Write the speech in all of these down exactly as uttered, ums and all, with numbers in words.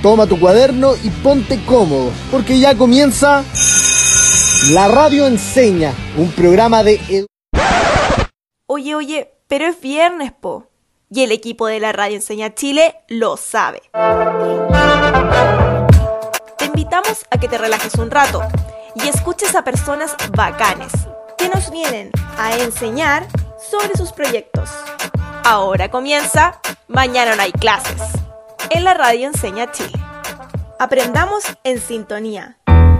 Toma tu cuaderno y ponte cómodo, porque ya comienza La Radio Enseña, un programa de... Edu- Oye, oye, pero es viernes, po. Y el equipo de la Radio Enseña Chile lo sabe. Te invitamos a que te relajes un rato y escuches a personas bacanes que nos vienen a enseñar sobre sus proyectos. Ahora comienza Mañana no hay clases, en la Radio Enseña Chile. Aprendamos en sintonía.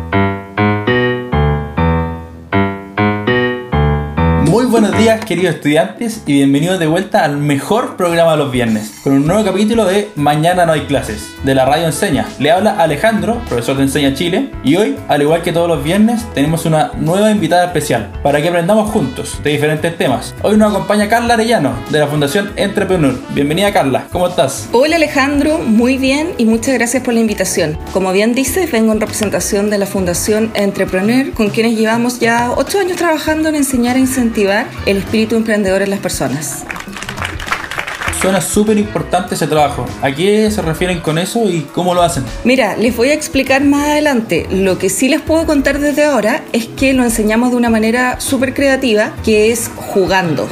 Muy buenos días, queridos estudiantes, y bienvenidos de vuelta al mejor programa de los viernes, con un nuevo capítulo de Mañana no hay clases, de la Radio Enseña. Le habla Alejandro, profesor de Enseña Chile, y hoy, al igual que todos los viernes, tenemos una nueva invitada especial, para que aprendamos juntos de diferentes temas. Hoy nos acompaña Carla Arellano, de la Fundación Entrepreneur. Bienvenida, Carla, ¿cómo estás? Hola Alejandro, muy bien y muchas gracias por la invitación. Como bien dices, vengo en representación de la Fundación Entrepreneur, con quienes llevamos ya ocho años trabajando en enseñar e incentivar el espíritu emprendedor en las personas. Suena súper importante ese trabajo. ¿A qué se refieren con eso y cómo lo hacen? Mira, les voy a explicar más adelante. Lo que sí les puedo contar desde ahora es que lo enseñamos de una manera súper creativa, que es jugando.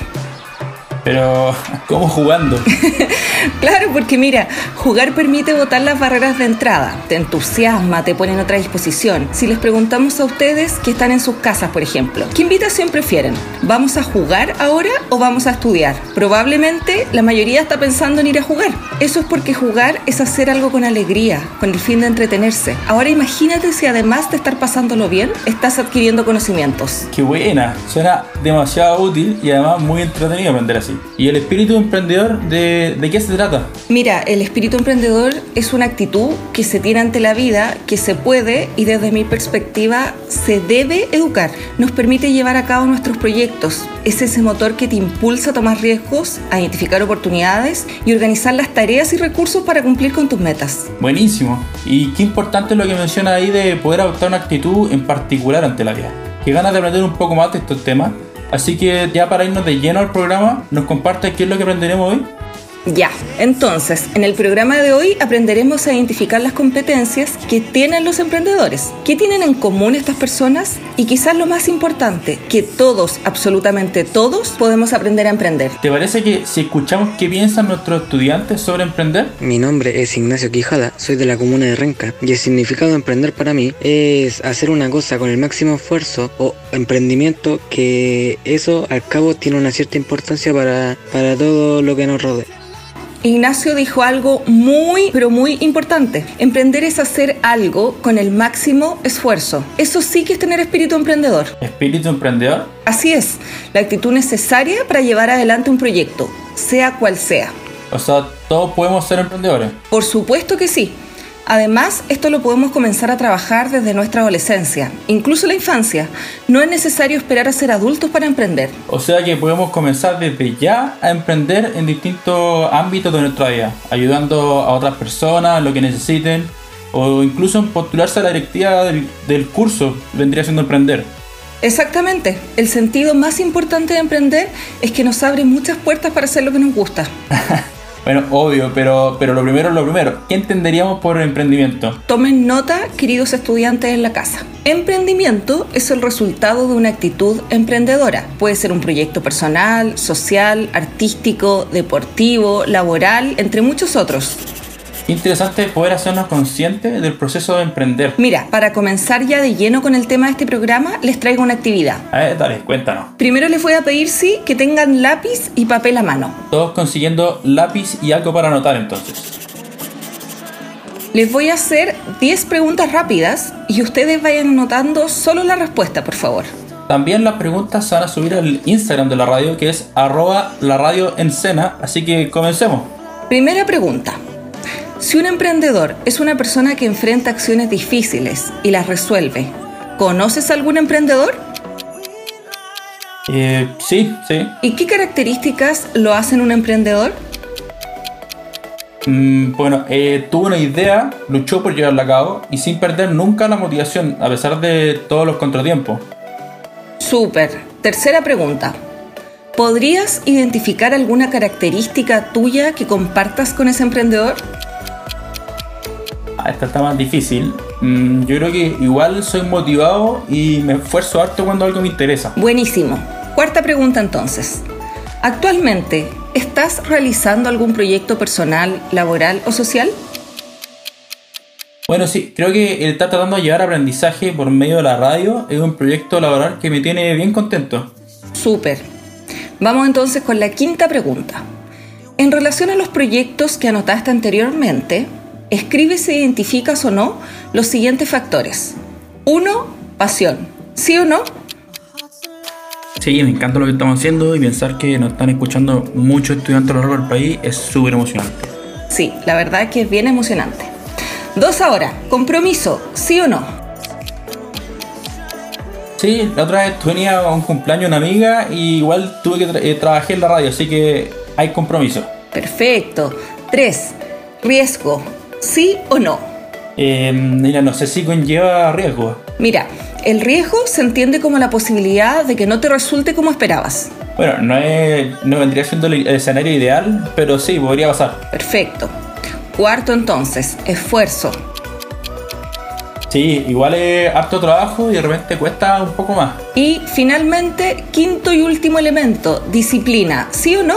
Pero, ¿cómo jugando? Claro, porque mira, jugar permite botar las barreras de entrada, te entusiasma, te pone en otra disposición. Si les preguntamos a ustedes que están en sus casas, por ejemplo, ¿qué invitación prefieren? ¿Vamos a jugar ahora o vamos a estudiar? Probablemente la mayoría está pensando en ir a jugar. Eso es porque jugar es hacer algo con alegría, con el fin de entretenerse. Ahora imagínate si además de estar pasándolo bien, estás adquiriendo conocimientos. ¡Qué buena! Suena demasiado útil y además muy entretenido aprender así. ¿Y el espíritu emprendedor, de, de qué se trata? Mira, el espíritu emprendedor es una actitud que se tiene ante la vida, que se puede y desde mi perspectiva se debe educar. Nos permite llevar a cabo nuestros proyectos. Es ese motor que te impulsa a tomar riesgos, a identificar oportunidades y organizar las tareas y recursos para cumplir con tus metas. Buenísimo. Y qué importante es lo que menciona ahí de poder adoptar una actitud en particular ante la vida. Qué ganas de aprender un poco más de estos temas. Así que ya para irnos de lleno al programa, ¿nos compartes qué es lo que aprenderemos hoy? Ya, entonces, en el programa de hoy aprenderemos a identificar las competencias que tienen los emprendedores. ¿Qué tienen en común estas personas? Y quizás lo más importante, que todos, absolutamente todos, podemos aprender a emprender. ¿Te parece que si escuchamos qué piensan nuestros estudiantes sobre emprender? Mi nombre es Ignacio Quijada, soy de la comuna de Renca, y el significado de emprender para mí es hacer una cosa con el máximo esfuerzo o emprendimiento, que eso al cabo tiene una cierta importancia para, para todo lo que nos rodea. Ignacio dijo algo muy, pero muy importante. Emprender es hacer algo con el máximo esfuerzo. Eso sí que es tener espíritu emprendedor. ¿Espíritu emprendedor? Así es, la actitud necesaria para llevar adelante un proyecto, sea cual sea. O sea, ¿todos podemos ser emprendedores? Por supuesto que sí. Además, esto lo podemos comenzar a trabajar desde nuestra adolescencia, incluso la infancia. No es necesario esperar a ser adultos para emprender. O sea que podemos comenzar desde ya a emprender en distintos ámbitos de nuestra vida, ayudando a otras personas, lo que necesiten, o incluso en postularse a la directiva del, del curso, vendría siendo emprender. Exactamente. El sentido más importante de emprender es que nos abre muchas puertas para hacer lo que nos gusta. Bueno, obvio, pero, pero lo primero es lo primero. ¿Qué entenderíamos por emprendimiento? Tomen nota, queridos estudiantes en la casa. Emprendimiento es el resultado de una actitud emprendedora. Puede ser un proyecto personal, social, artístico, deportivo, laboral, entre muchos otros. Interesante poder hacernos conscientes del proceso de emprender. Mira, para comenzar ya de lleno con el tema de este programa, les traigo una actividad. A ver, dale, cuéntanos. Primero les voy a pedir, sí, que tengan lápiz y papel a mano. Todos consiguiendo lápiz y algo para anotar, entonces. Les voy a hacer diez preguntas rápidas y ustedes vayan anotando solo la respuesta, por favor. También las preguntas se van a subir al Instagram de la radio, que es arroba la radio encena, así que comencemos. Primera pregunta. Si un emprendedor es una persona que enfrenta acciones difíciles y las resuelve, ¿conoces algún emprendedor? Eh, sí, sí. ¿Y qué características lo hacen un emprendedor? Mm, bueno, eh, tuvo una idea, luchó por llevarla a cabo y sin perder nunca la motivación, a pesar de todos los contratiempos. Súper. Tercera pregunta. ¿Podrías identificar alguna característica tuya que compartas con ese emprendedor? Ah, esta está más difícil. Mm, yo creo que igual soy motivado y me esfuerzo harto cuando algo me interesa. Buenísimo. Cuarta pregunta entonces. Actualmente, ¿estás realizando algún proyecto personal, laboral o social? Bueno, sí, creo que el estar tratando de llevar aprendizaje por medio de la radio es un proyecto laboral que me tiene bien contento. Súper. Vamos entonces con la quinta pregunta. En relación a los proyectos que anotaste anteriormente, escribe si identificas o no los siguientes factores. Uno, pasión. ¿Sí o no? Sí, me encanta lo que estamos haciendo y pensar que nos están escuchando muchos estudiantes a lo largo del país es súper emocionante. Sí, la verdad es que es bien emocionante. Dos ahora, compromiso. ¿Sí o no? Sí, la otra vez venía a un cumpleaños de una amiga y igual tuve que tra- eh, trabajar en la radio, así que hay compromiso. Perfecto. Tres, riesgo. ¿Sí o no? Eh, mira, no sé si conlleva riesgo. Mira, el riesgo se entiende como la posibilidad de que no te resulte como esperabas. Bueno, no, es, no vendría siendo el escenario ideal, pero sí, podría pasar. Perfecto. Cuarto entonces, esfuerzo. Sí, igual es harto trabajo y de repente cuesta un poco más. Y finalmente, quinto y último elemento, disciplina. ¿Sí o no?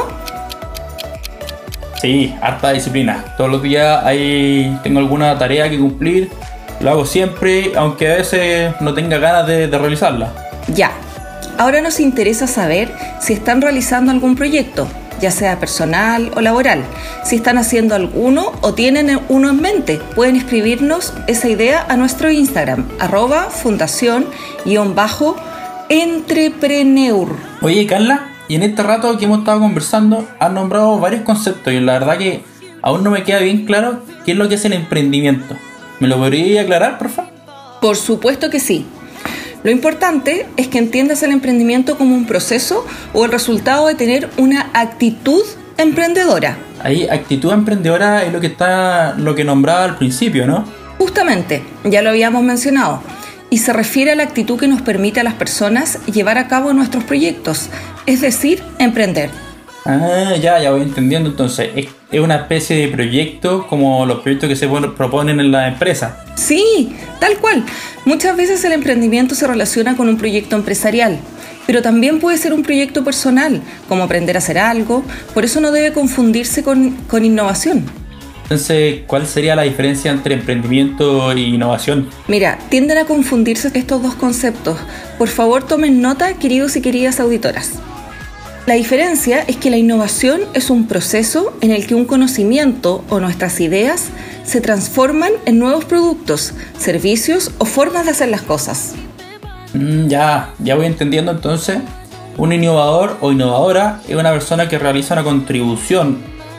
Sí, harta disciplina. Todos los días hay, tengo alguna tarea que cumplir. Lo hago siempre, aunque a veces no tenga ganas de, de realizarla. Ya. Ahora nos interesa saber si están realizando algún proyecto, ya sea personal o laboral. Si están haciendo alguno o tienen uno en mente, pueden escribirnos esa idea a nuestro Instagram, arroba fundación guión bajo entrepreneur. Oye, Carla, y en este rato que hemos estado conversando, has nombrado varios conceptos y la verdad que aún no me queda bien claro qué es lo que es el emprendimiento. ¿Me lo podrías aclarar, por favor? Por supuesto que sí. Lo importante es que entiendas el emprendimiento como un proceso o el resultado de tener una actitud emprendedora. Ahí, actitud emprendedora es lo que está, lo que nombraba al principio, ¿no? Justamente, ya lo habíamos mencionado, y se refiere a la actitud que nos permite a las personas llevar a cabo nuestros proyectos, es decir, emprender. Ah, ya, ya voy entendiendo entonces. Es, es una especie de proyecto como los proyectos que se pon- proponen en la empresa. Sí, tal cual. Muchas veces el emprendimiento se relaciona con un proyecto empresarial, pero también puede ser un proyecto personal, como aprender a hacer algo, por eso no debe confundirse con, con innovación. Entonces, ¿cuál sería la diferencia entre emprendimiento e innovación? Mira, tienden a confundirse estos dos conceptos. Por favor, tomen nota, queridos y queridas auditoras. La diferencia es que la innovación es un proceso en el que un conocimiento o nuestras ideas se transforman en nuevos productos, servicios o formas de hacer las cosas. Mm, ya, ya voy entendiendo entonces. Un innovador o innovadora es una persona que realiza una contribución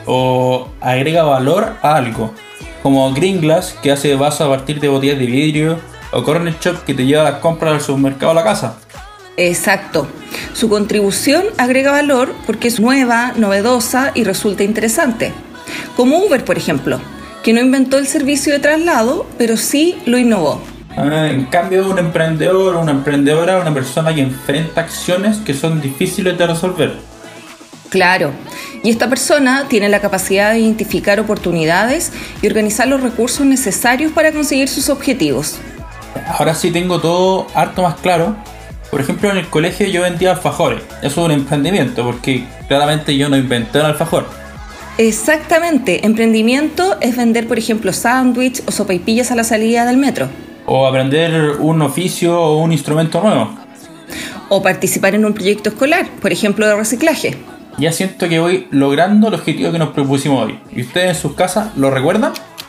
o agrega valor a algo, como Green Glass, que hace vasos a partir de botellas de vidrio, o Corner Shop, que te lleva las compras al supermercado a la casa. Exacto. Su contribución agrega valor porque es nueva, novedosa y resulta interesante. Como Uber, por ejemplo, que no inventó el servicio de traslado, pero sí lo innovó. Ah, en cambio, un emprendedor o una emprendedora es una persona que enfrenta acciones que son difíciles de resolver. Claro, y esta persona tiene la capacidad de identificar oportunidades y organizar los recursos necesarios para conseguir sus objetivos. Ahora sí tengo todo harto más claro. Por ejemplo, en el colegio yo vendía alfajores. Eso es un emprendimiento porque claramente yo no inventé el alfajor. Exactamente, emprendimiento es vender, por ejemplo, sándwich o sopaipillas a la salida del metro. O aprender un oficio o un instrumento nuevo. O participar en un proyecto escolar, por ejemplo, de reciclaje. Ya siento que voy logrando el objetivo que nos propusimos hoy. ¿Y ustedes en sus casas lo recuerdan?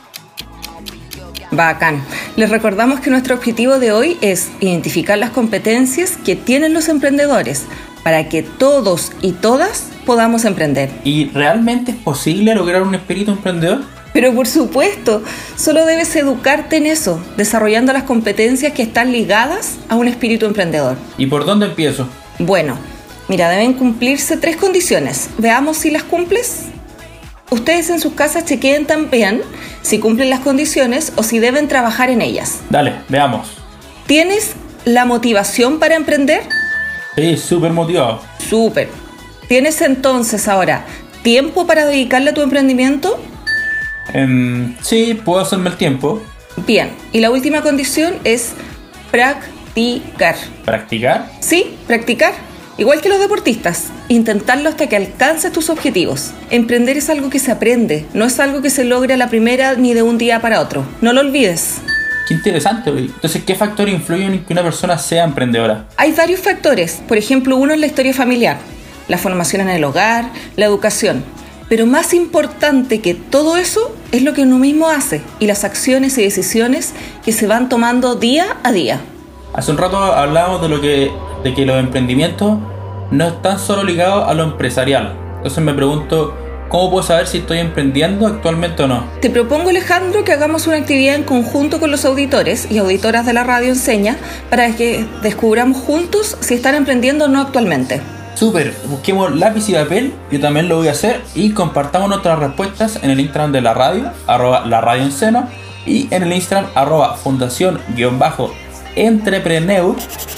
Bacán. Les recordamos que nuestro objetivo de hoy es identificar las competencias que tienen los emprendedores para que todos y todas podamos emprender. ¿Y realmente es posible lograr un espíritu emprendedor? Pero por supuesto, solo debes educarte en eso, desarrollando las competencias que están ligadas a un espíritu emprendedor. ¿Y por dónde empiezo? Bueno, mira, deben cumplirse tres condiciones. Veamos si las cumples. Ustedes en sus casas chequeen también si cumplen las condiciones o si deben trabajar en ellas. Dale, veamos. ¿Tienes la motivación para emprender? Sí, súper motivado. Súper. ¿Tienes entonces ahora tiempo para dedicarle a tu emprendimiento? Um, sí, puedo hacerme el tiempo. Bien, y la última condición es practicar. ¿Practicar? Sí, practicar. Igual que los deportistas, intentarlo hasta que alcances tus objetivos. Emprender es algo que se aprende, no es algo que se logra a la primera ni de un día para otro. No lo olvides. Qué interesante. Entonces, ¿qué factores influyen en que una persona sea emprendedora? Hay varios factores. Por ejemplo, uno es la historia familiar, la formación en el hogar, la educación. Pero más importante que todo eso es lo que uno mismo hace y las acciones y decisiones que se van tomando día a día. Hace un rato hablábamos de lo que de que los emprendimientos no están solo ligados a lo empresarial. Entonces me pregunto, ¿cómo puedo saber si estoy emprendiendo actualmente o no? Te propongo, Alejandro, que hagamos una actividad en conjunto con los auditores y auditoras de la radio Enseña para que descubramos juntos si están emprendiendo o no actualmente. Súper, busquemos lápiz y papel, yo también lo voy a hacer, y compartamos nuestras respuestas en el Instagram de la radio, arroba la radio Encena, y en el Instagram, arroba fundación guión bajo entrepreneur.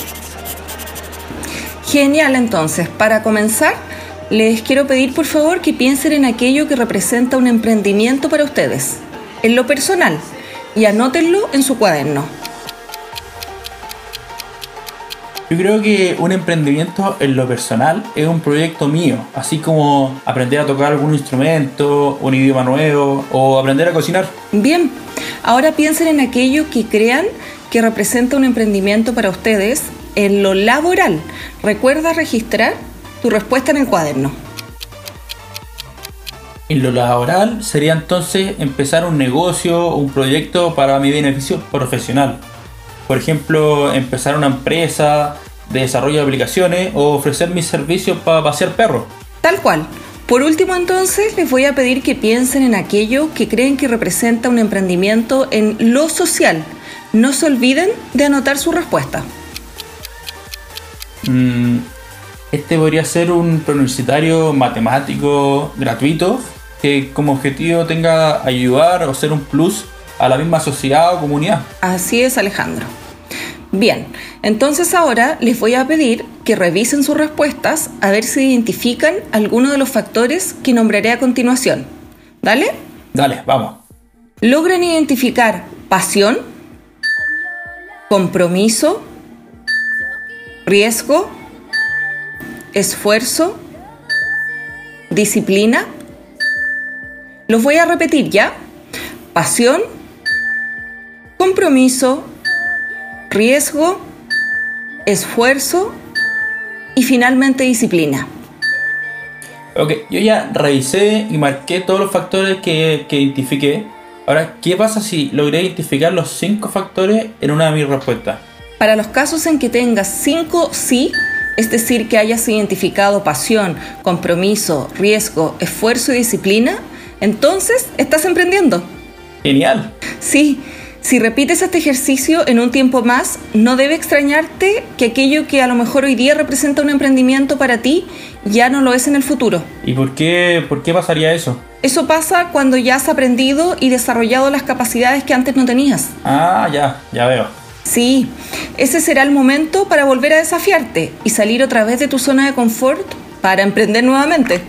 Genial, entonces, para comenzar, les quiero pedir por favor que piensen en aquello que representa un emprendimiento para ustedes, en lo personal, y anótenlo en su cuaderno. Yo creo que un emprendimiento en lo personal es un proyecto mío, así como aprender a tocar algún instrumento, un idioma nuevo o aprender a cocinar. Bien, ahora piensen en aquello que crean que representa un emprendimiento para ustedes en lo laboral. Recuerda registrar tu respuesta en el cuaderno. En lo laboral sería entonces empezar un negocio, un proyecto para mi beneficio profesional. Por ejemplo, empezar una empresa de desarrollo de aplicaciones o ofrecer mis servicios para pasear perros. Tal cual. Por último, entonces, les voy a pedir que piensen en aquello que creen que representa un emprendimiento en lo social. No se olviden de anotar su respuesta. Mm, este podría ser un preuniversitario matemático gratuito que como objetivo tenga ayudar o ser un plus a la misma sociedad o comunidad. Así es, Alejandro. Bien, entonces ahora les voy a pedir que revisen sus respuestas a ver si identifican alguno de los factores que nombraré a continuación. ¿Dale? Dale, vamos. ¿Logran identificar pasión, compromiso, riesgo, esfuerzo, disciplina? Los voy a repetir ya. Pasión, compromiso, riesgo, esfuerzo y finalmente disciplina. Ok, yo ya revisé y marqué todos los factores que, que identifiqué. Ahora, ¿qué pasa si logré identificar los cinco factores en una de mis respuestas? Para los casos en que tengas cinco sí, es decir, que hayas identificado pasión, compromiso, riesgo, esfuerzo y disciplina, entonces estás emprendiendo. Genial. Sí, si repites este ejercicio en un tiempo más, no debe extrañarte que aquello que a lo mejor hoy día representa un emprendimiento para ti, ya no lo es en el futuro. ¿Y por qué, por qué pasaría eso? Eso pasa cuando ya has aprendido y desarrollado las capacidades que antes no tenías. Ah, ya, ya veo. Sí, ese será el momento para volver a desafiarte y salir otra vez de tu zona de confort para emprender nuevamente.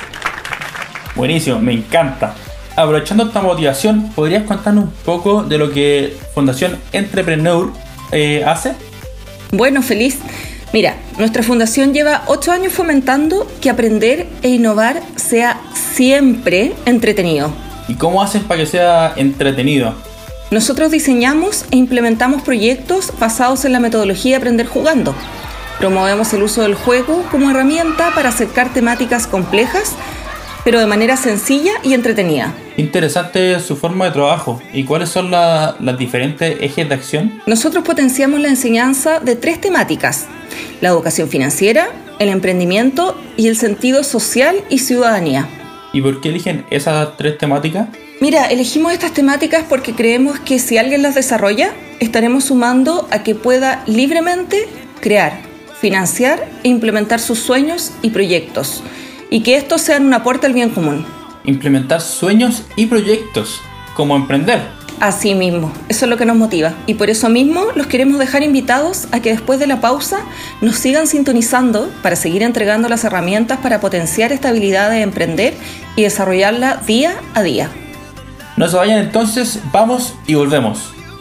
Buenísimo, me encanta. Aprovechando esta motivación, ¿podrías contarnos un poco de lo que Fundación Entrepreneur eh, hace? Bueno, feliz. Mira, nuestra fundación lleva ocho años fomentando que aprender e innovar sea siempre entretenido. ¿Y cómo hacen para que sea entretenido? Nosotros diseñamos e implementamos proyectos basados en la metodología de aprender jugando. Promovemos el uso del juego como herramienta para acercar temáticas complejas, pero de manera sencilla y entretenida. Interesante su forma de trabajo. ¿Y cuáles son la, las diferentes ejes de acción? Nosotros potenciamos la enseñanza de tres temáticas: la educación financiera, el emprendimiento y el sentido social y ciudadanía. ¿Y por qué eligen esas tres temáticas? Mira, elegimos estas temáticas porque creemos que si alguien las desarrolla, estaremos sumando a que pueda libremente crear, financiar e implementar sus sueños y proyectos, y que estos sean un aporte al bien común. Implementar sueños y proyectos, como emprender. Así mismo, eso es lo que nos motiva, y por eso mismo los queremos dejar invitados a que después de la pausa nos sigan sintonizando para seguir entregando las herramientas para potenciar esta habilidad de emprender y desarrollarla día a día. No se vayan entonces, vamos y volvemos.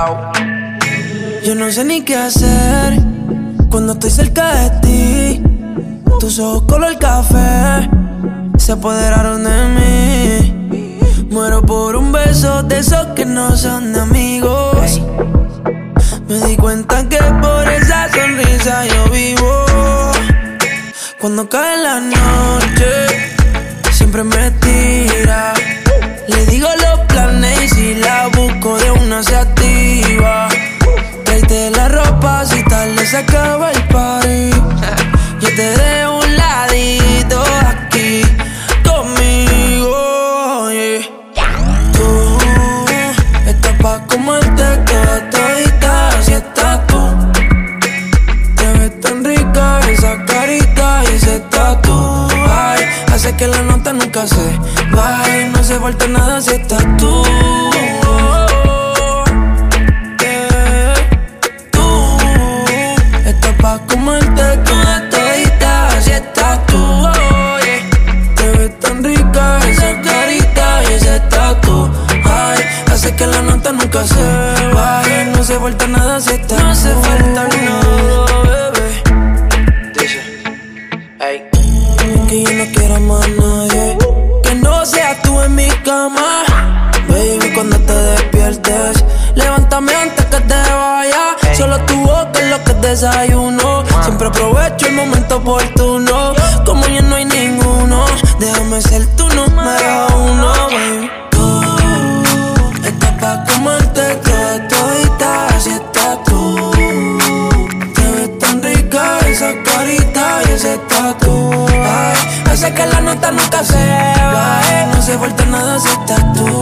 pegado. Yo no sé ni qué hacer cuando estoy cerca de ti. Tus ojos color café se apoderaron de mí. Muero por un beso de esos que no son de amigos. Me di cuenta que por esa sonrisa yo vivo. Cuando cae la noche siempre me tira. Le digo los planes y si la busco de una se activa. Tráete la ropa si tarde se acaba el party. Yo te dejo un ladito aquí conmigo, yeah. Tú estás pa' comerte toda todita si estás tú. Te ves tan rica esa carita y ese tatu. Ay, hace que la nota nunca se vaya. No hace falta nada si estás tú. Pa' comerte toda todita si estás tú, oh, yeah. Te ves tan rica esa carita y ese tatu. Ay, hace que la nota nunca se vaya. No hace falta nada si estás tú. No hace falta nada, bebé. Dice, ay, es que yo no quiero más nadie que no seas tú en mi cama. Baby, cuando te despiertes, levántame antes que te vaya. Solo tu boca es lo que desayuno. Siempre aprovecho el momento oportuno. Como ya no hay ninguno, déjame ser tu número uno, baby. Tú estás pa' comerte toda todita si estás tú. Te ves tan rica esa carita y ese tatu. Ay, hace que la nota nunca se vaya. No hace falta nada si estás tú.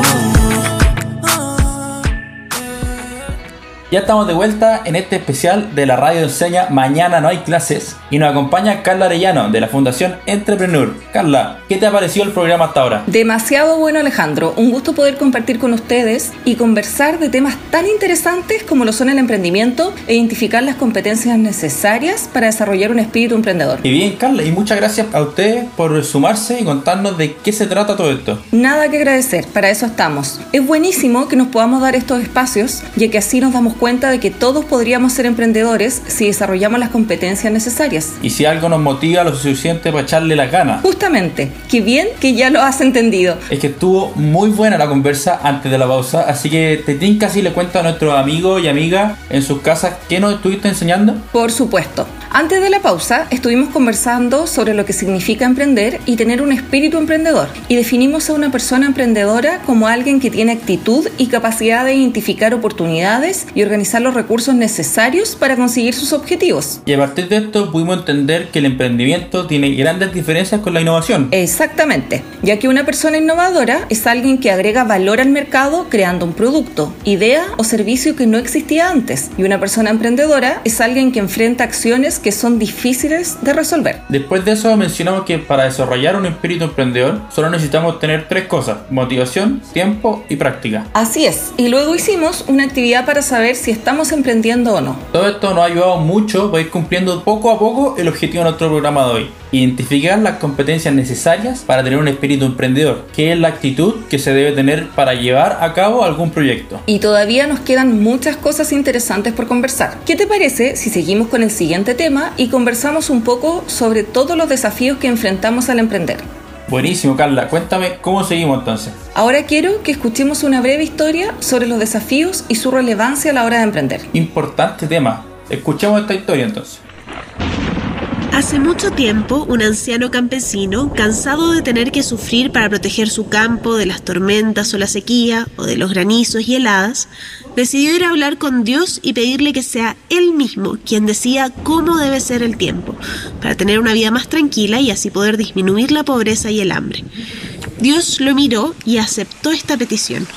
Ya estamos de vuelta en este especial de la Radio Enseña Mañana No Hay Clases y nos acompaña Carla Arellano de la Fundación Entrepreneur. Carla, ¿qué te ha parecido el programa hasta ahora? Demasiado bueno, Alejandro. Un gusto poder compartir con ustedes y conversar de temas tan interesantes como lo son el emprendimiento e identificar las competencias necesarias para desarrollar un espíritu emprendedor. Y bien, Carla, y muchas gracias a ustedes por sumarse y contarnos de qué se trata todo esto. Nada que agradecer, para eso estamos. Es buenísimo que nos podamos dar estos espacios, ya que así nos damos cuenta de que todos podríamos ser emprendedores si desarrollamos las competencias necesarias. Y si algo nos motiva lo suficiente para echarle las ganas. Justamente, qué bien que ya lo has entendido. Es que estuvo muy buena la conversa antes de la pausa, así que te tinca si le cuento a nuestros amigos y amigas en sus casas qué nos estuviste enseñando. Por supuesto. Antes de la pausa estuvimos conversando sobre lo que significa emprender y tener un espíritu emprendedor, y definimos a una persona emprendedora como alguien que tiene actitud y capacidad de identificar oportunidades y organizar los recursos necesarios para conseguir sus objetivos. Y a partir de esto pudimos entender que el emprendimiento tiene grandes diferencias con la innovación. Exactamente, ya que una persona innovadora es alguien que agrega valor al mercado creando un producto, idea o servicio que no existía antes, y una persona emprendedora es alguien que enfrenta acciones que son difíciles de resolver. Después de eso mencionamos que para desarrollar un espíritu emprendedor solo necesitamos tener tres cosas: motivación, tiempo y práctica. Así es, y luego hicimos una actividad para saber si estamos emprendiendo o no. Todo esto nos ha ayudado mucho para ir cumpliendo poco a poco el objetivo de nuestro programa de hoy: identificar las competencias necesarias para tener un espíritu emprendedor, que es la actitud que se debe tener para llevar a cabo algún proyecto. Y todavía nos quedan muchas cosas interesantes por conversar. ¿Qué te parece si seguimos con el siguiente tema y conversamos un poco sobre todos los desafíos que enfrentamos al emprender? Buenísimo, Carla. Cuéntame cómo seguimos entonces. Ahora quiero que escuchemos una breve historia sobre los desafíos y su relevancia a la hora de emprender. Importante tema. Escuchemos esta historia entonces. Hace mucho tiempo, un anciano campesino, cansado de tener que sufrir para proteger su campo de las tormentas o la sequía, o de los granizos y heladas, decidió ir a hablar con Dios y pedirle que sea Él mismo quien decida cómo debe ser el tiempo, para tener una vida más tranquila y así poder disminuir la pobreza y el hambre. Dios lo miró y aceptó esta petición.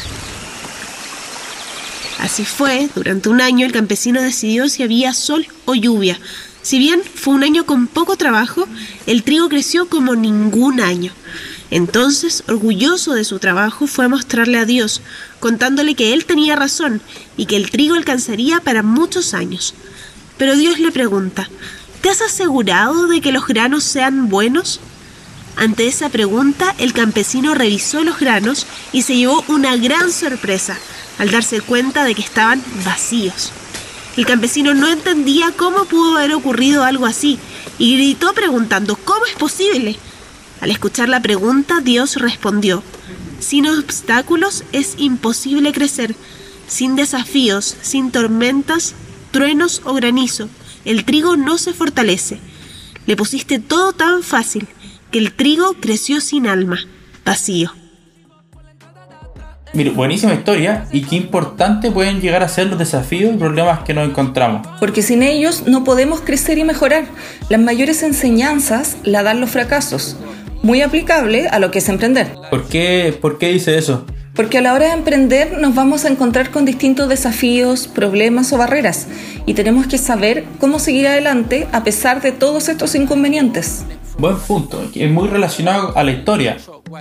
Así fue, durante un año el campesino decidió si había sol o lluvia. Si bien fue un año con poco trabajo, el trigo creció como ningún año. Entonces, orgulloso de su trabajo, fue a mostrarle a Dios, contándole que él tenía razón y que el trigo alcanzaría para muchos años. Pero Dios le pregunta: ¿te has asegurado de que los granos sean buenos? Ante esa pregunta, el campesino revisó los granos y se llevó una gran sorpresa. al darse cuenta de que estaban vacíos. El campesino no entendía cómo pudo haber ocurrido algo así y gritó preguntando: ¿cómo es posible? Al escuchar la pregunta, Dios respondió: sin obstáculos es imposible crecer, sin desafíos, sin tormentas, truenos o granizo, el trigo no se fortalece. Le pusiste todo tan fácil que el trigo creció sin alma, vacío. Mira, buenísima historia, y qué importante pueden llegar a ser los desafíos y problemas que nos encontramos. Porque sin ellos no podemos crecer y mejorar. Las mayores enseñanzas las dan los fracasos. Muy aplicable a lo que es emprender. ¿Por qué, por qué dice eso? Porque a la hora de emprender nos vamos a encontrar con distintos desafíos, problemas o barreras, y tenemos que saber cómo seguir adelante a pesar de todos estos inconvenientes. Buen punto, es muy relacionado a la historia,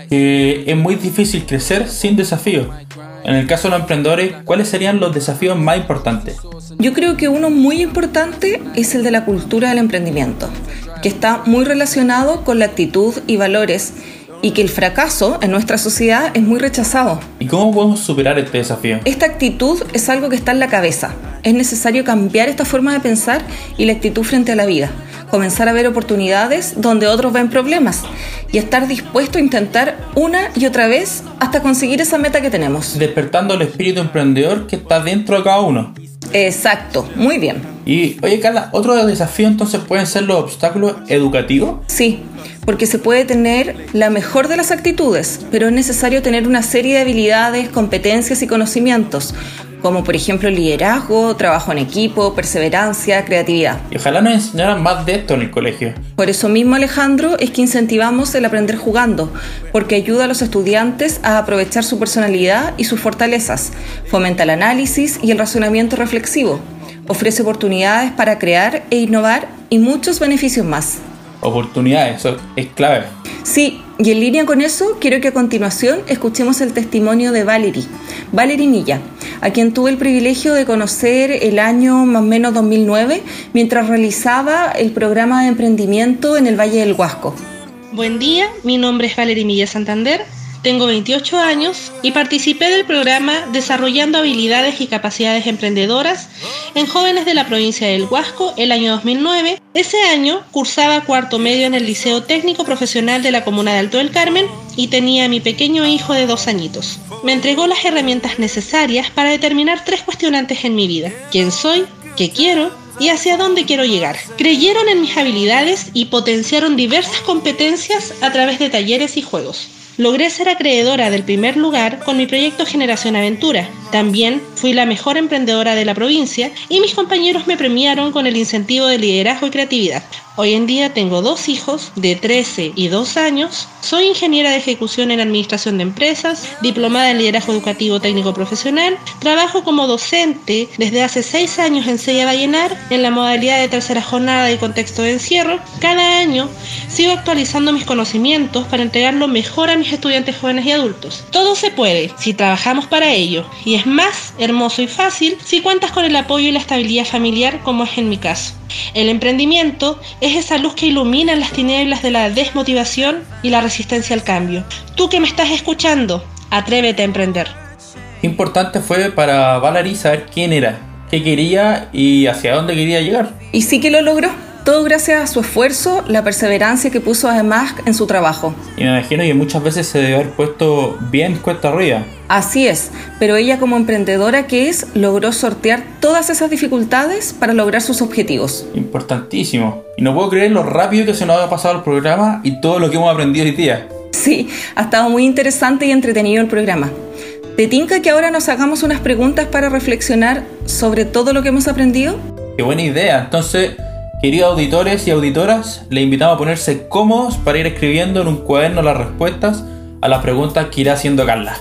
que es muy difícil crecer sin desafíos. En el caso de los emprendedores, ¿cuáles serían los desafíos más importantes? Yo creo que uno muy importante es el de la cultura del emprendimiento, que está muy relacionado con la actitud y valores, y que el fracaso en nuestra sociedad es muy rechazado. ¿Y cómo podemos superar este desafío? Esta actitud es algo que está en la cabeza. Es necesario cambiar esta forma de pensar y la actitud frente a la vida. Comenzar a ver oportunidades donde otros ven problemas y estar dispuesto a intentar una y otra vez hasta conseguir esa meta que tenemos. Despertando el espíritu emprendedor que está dentro de cada uno. Exacto, muy bien. Y, oye Carla, ¿otro desafío entonces pueden ser los obstáculos educativos? Sí, porque se puede tener la mejor de las actitudes, pero es necesario tener una serie de habilidades, competencias y conocimientos, como por ejemplo liderazgo, trabajo en equipo, perseverancia, creatividad. Y ojalá nos enseñaran más de esto en el colegio. Por eso mismo, Alejandro, es que incentivamos el aprender jugando, porque ayuda a los estudiantes a aprovechar su personalidad y sus fortalezas, fomenta el análisis y el razonamiento reflexivo, ofrece oportunidades para crear e innovar y muchos beneficios más. Oportunidades, eso es clave. Sí, y en línea con eso, quiero que a continuación escuchemos el testimonio de Valerie, Valerie Milla, a quien tuve el privilegio de conocer el año más o menos dos mil nueve, mientras realizaba el programa de emprendimiento en el Valle del Huasco. Buen día, mi nombre es Valerie Milla Santander, tengo veintiocho años y participé del programa Desarrollando Habilidades y Capacidades Emprendedoras en jóvenes de la provincia del Huasco el año dos mil nueve. Ese año cursaba cuarto medio en el Liceo Técnico Profesional de la comuna de Alto del Carmen y tenía a mi pequeño hijo de dos añitos. Me entregó las herramientas necesarias para determinar tres cuestionantes en mi vida: quién soy, qué quiero y hacia dónde quiero llegar. Creyeron en mis habilidades y potenciaron diversas competencias a través de talleres y juegos. Logré ser acreedora del primer lugar con mi proyecto Generación Aventura. También fui la mejor emprendedora de la provincia y mis compañeros me premiaron con el incentivo de liderazgo y creatividad. Hoy en día tengo dos hijos de trece y dos años, soy ingeniera de ejecución en administración de empresas, diplomada en liderazgo educativo técnico profesional, trabajo como docente desde hace seis años en Sella Vallenar en la modalidad de tercera jornada y contexto de encierro. Cada año sigo actualizando mis conocimientos para entregar lo mejor a mis estudiantes jóvenes y adultos. Todo se puede si trabajamos para ello y es más hermoso y fácil si cuentas con el apoyo y la estabilidad familiar, como es en mi caso. El emprendimiento es esa luz que ilumina las tinieblas de la desmotivación y la resistencia al cambio. Tú que me estás escuchando, atrévete a emprender. Qué importante fue para Valerie saber quién era, qué quería y hacia dónde quería llegar. Y sí que lo logró. Todo gracias a su esfuerzo, la perseverancia que puso además en su trabajo. Y me imagino que muchas veces se debe haber puesto bien cuesta arriba. Así es, pero ella como emprendedora que es, logró sortear todas esas dificultades para lograr sus objetivos. Importantísimo. Y no puedo creer lo rápido que se nos ha pasado el programa y todo lo que hemos aprendido hoy día. Sí, ha estado muy interesante y entretenido el programa. ¿Te tinca que ahora nos hagamos unas preguntas para reflexionar sobre todo lo que hemos aprendido? ¡Qué buena idea! Entonces, queridos auditores y auditoras, les invitamos a ponerse cómodos para ir escribiendo en un cuaderno las respuestas a las preguntas que irá haciendo Carla.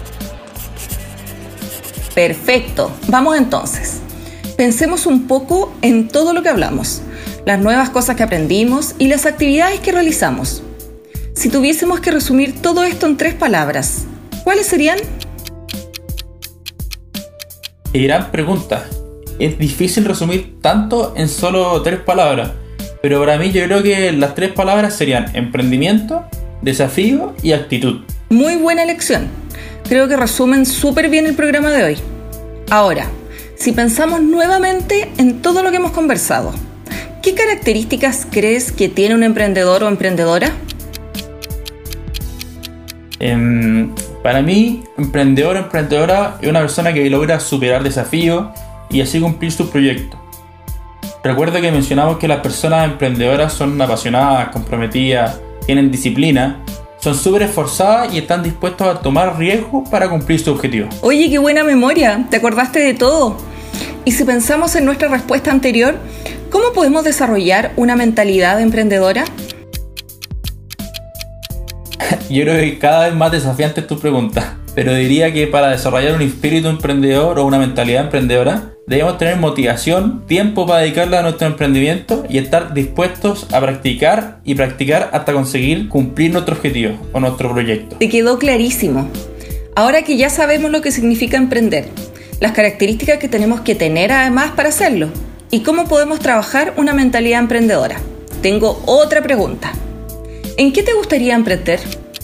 Perfecto, vamos entonces. Pensemos un poco en todo lo que hablamos, las nuevas cosas que aprendimos y las actividades que realizamos. Si tuviésemos que resumir todo esto en tres palabras, ¿cuáles serían? Qué gran pregunta. Es difícil resumir tanto en solo tres palabras, pero para mí yo creo que las tres palabras serían emprendimiento, desafío y actitud. Muy buena elección. Creo que resumen súper bien el programa de hoy. Ahora, si pensamos nuevamente en todo lo que hemos conversado, ¿qué características crees que tiene un emprendedor o emprendedora? Eh, para mí, emprendedor o emprendedora es una persona que logra superar desafíos y así cumplir sus proyectos. Recuerdo que mencionamos que las personas emprendedoras son apasionadas, comprometidas, tienen disciplina, son súper esforzadas y están dispuestos a tomar riesgos para cumplir su objetivo. Oye, qué buena memoria, te acordaste de todo. Y si pensamos en nuestra respuesta anterior, ¿cómo podemos desarrollar una mentalidad emprendedora? Yo creo que cada vez más desafiante es tu pregunta, pero diría que para desarrollar un espíritu emprendedor o una mentalidad emprendedora, debemos tener motivación, tiempo para dedicarle a nuestro emprendimiento y estar dispuestos a practicar y practicar hasta conseguir cumplir nuestro objetivo o nuestro proyecto. Te quedó clarísimo. Ahora que ya sabemos lo que significa emprender, las características que tenemos que tener además para hacerlo y cómo podemos trabajar una mentalidad emprendedora, tengo otra pregunta. ¿En qué te gustaría emprender?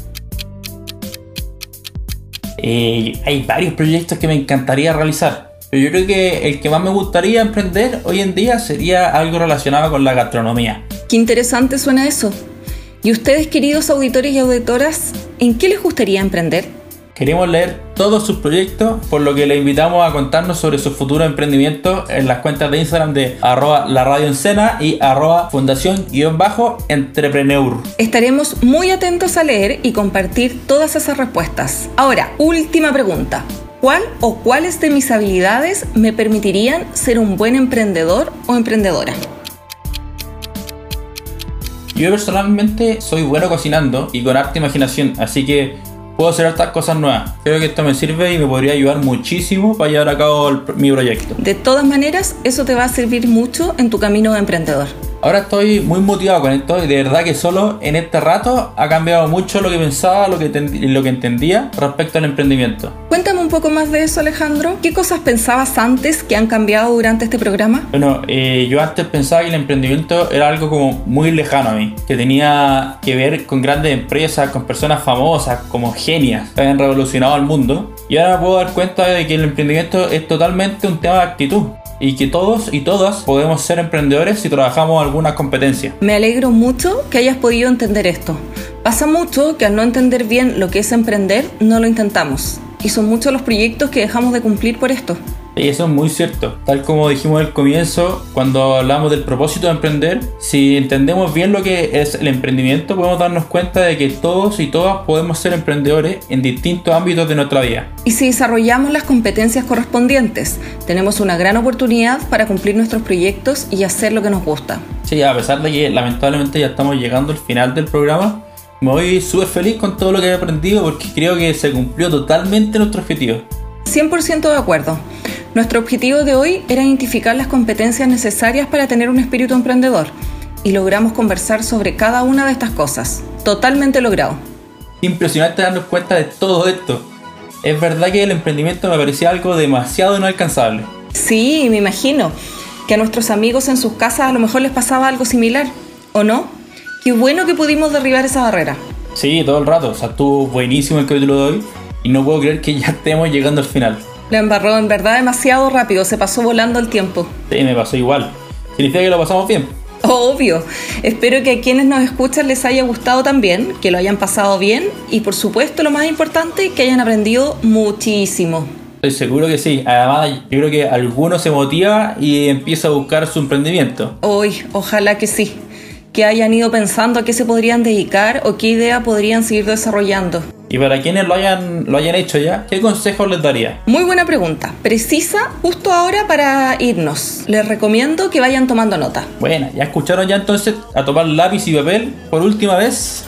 Eh, hay varios proyectos que me encantaría realizar. Pero yo creo que el que más me gustaría emprender hoy en día sería algo relacionado con la gastronomía. Qué interesante suena eso. ¿Y ustedes, queridos auditores y auditoras, en qué les gustaría emprender? Queremos leer todos sus proyectos, por lo que les invitamos a contarnos sobre sus futuros emprendimientos en las cuentas de Instagram de arroba la radio encena y arroba fundación guión bajo entrepreneur. Estaremos muy atentos a leer y compartir todas esas respuestas. Ahora, última pregunta. ¿Cuál o cuáles de mis habilidades me permitirían ser un buen emprendedor o emprendedora? Yo personalmente soy bueno cocinando y con harta imaginación, así que puedo hacer hartas cosas nuevas. Creo que esto me sirve y me podría ayudar muchísimo para llevar a cabo el, mi proyecto. De todas maneras, eso te va a servir mucho en tu camino de emprendedor. Ahora estoy muy motivado con esto y de verdad que solo en este rato ha cambiado mucho lo que pensaba, lo que, lo que entendía respecto al emprendimiento. Cuéntame un poco más de eso, Alejandro. ¿Qué cosas pensabas antes que han cambiado durante este programa? Bueno, eh, yo antes pensaba que el emprendimiento era algo como muy lejano a mí, que tenía que ver con grandes empresas, con personas famosas, como genias, que habían revolucionado el mundo. Y ahora me puedo dar cuenta de que el emprendimiento es totalmente un tema de actitud. Y que todos y todas podemos ser emprendedores si trabajamos algunas competencias. Me alegro mucho que hayas podido entender esto. Pasa mucho que al no entender bien lo que es emprender, no lo intentamos. Y son muchos los proyectos que dejamos de cumplir por esto. Y eso es muy cierto. Tal como dijimos al comienzo, cuando hablamos del propósito de emprender, si entendemos bien lo que es el emprendimiento, podemos darnos cuenta de que todos y todas podemos ser emprendedores en distintos ámbitos de nuestra vida. Y si desarrollamos las competencias correspondientes, tenemos una gran oportunidad para cumplir nuestros proyectos y hacer lo que nos gusta. Sí, a pesar de que lamentablemente ya estamos llegando al final del programa, me voy súper feliz con todo lo que he aprendido porque creo que se cumplió totalmente nuestro objetivo. cien por ciento de acuerdo. Nuestro objetivo de hoy era identificar las competencias necesarias para tener un espíritu emprendedor y logramos conversar sobre cada una de estas cosas. Totalmente logrado. Impresionante darnos cuenta de todo esto. Es verdad que el emprendimiento me parecía algo demasiado inalcanzable. Sí, me imagino que a nuestros amigos en sus casas a lo mejor les pasaba algo similar, ¿o no? Qué bueno que pudimos derribar esa barrera. Sí, todo el rato. O sea, estuvo buenísimo el capítulo de hoy y no puedo creer que ya estemos llegando al final. La embarró en verdad demasiado rápido, se pasó volando el tiempo. Sí, me pasó igual. Significa que lo pasamos bien. Obvio. Espero que a quienes nos escuchan les haya gustado también, que lo hayan pasado bien y por supuesto lo más importante, que hayan aprendido muchísimo. Estoy seguro que sí. Además, yo creo que alguno se motiva y empieza a buscar su emprendimiento. Uy, ojalá que sí. Que hayan ido pensando a qué se podrían dedicar o qué idea podrían seguir desarrollando. Y para quienes lo hayan, lo hayan hecho ya, ¿qué consejos les daría? Muy buena pregunta, precisa justo ahora para irnos. Les recomiendo que vayan tomando nota. Bueno, ya escucharon ya entonces a tomar lápiz y papel por última vez.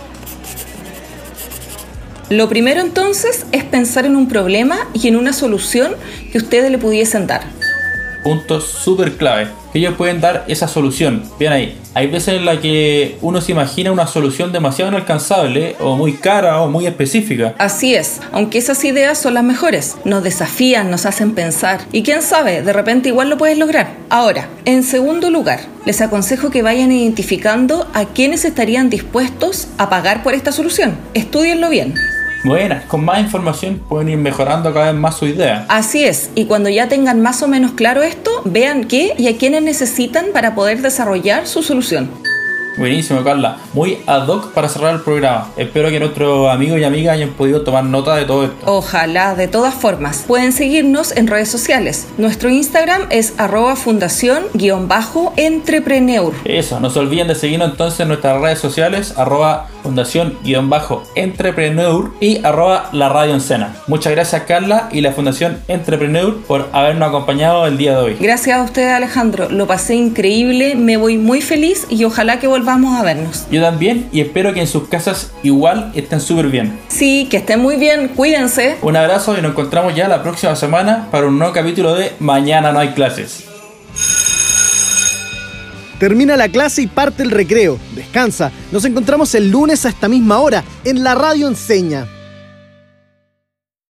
Lo primero entonces es pensar en un problema y en una solución que ustedes le pudiesen dar. Puntos súper clave, que ellos pueden dar esa solución. Bien ahí, hay veces en las que uno se imagina una solución demasiado inalcanzable o muy cara o muy específica. Así es, aunque esas ideas son las mejores, nos desafían, nos hacen pensar y quién sabe, de repente igual lo puedes lograr. Ahora, en segundo lugar, les aconsejo que vayan identificando a quienes estarían dispuestos a pagar por esta solución. Estúdienlo bien. Buenas, con más información pueden ir mejorando cada vez más su idea. Así es, y cuando ya tengan más o menos claro esto, vean qué y a quiénes necesitan para poder desarrollar su solución. Buenísimo, Carla. Muy ad hoc para cerrar el programa. Espero que nuestros amigos y amigas hayan podido tomar nota de todo esto. Ojalá, de todas formas. Pueden seguirnos en redes sociales. Nuestro Instagram es arroba fundación guión bajo entrepreneur. Eso, no se olviden de seguirnos entonces en nuestras redes sociales, arroba fundación guión bajo entrepreneur y arroba la radio en Sena. Muchas gracias, Carla y la Fundación Entrepreneur por habernos acompañado el día de hoy. Gracias a usted, Alejandro. Lo pasé increíble, me voy muy feliz y ojalá que volvamos Vamos a vernos. Yo también, y espero que en sus casas igual estén súper bien. Sí, que estén muy bien, cuídense. Un abrazo y nos encontramos ya la próxima semana para un nuevo capítulo de Mañana no hay clases. Termina la clase y parte el recreo. Descansa. Nos encontramos el lunes a esta misma hora en La Radio Enseña.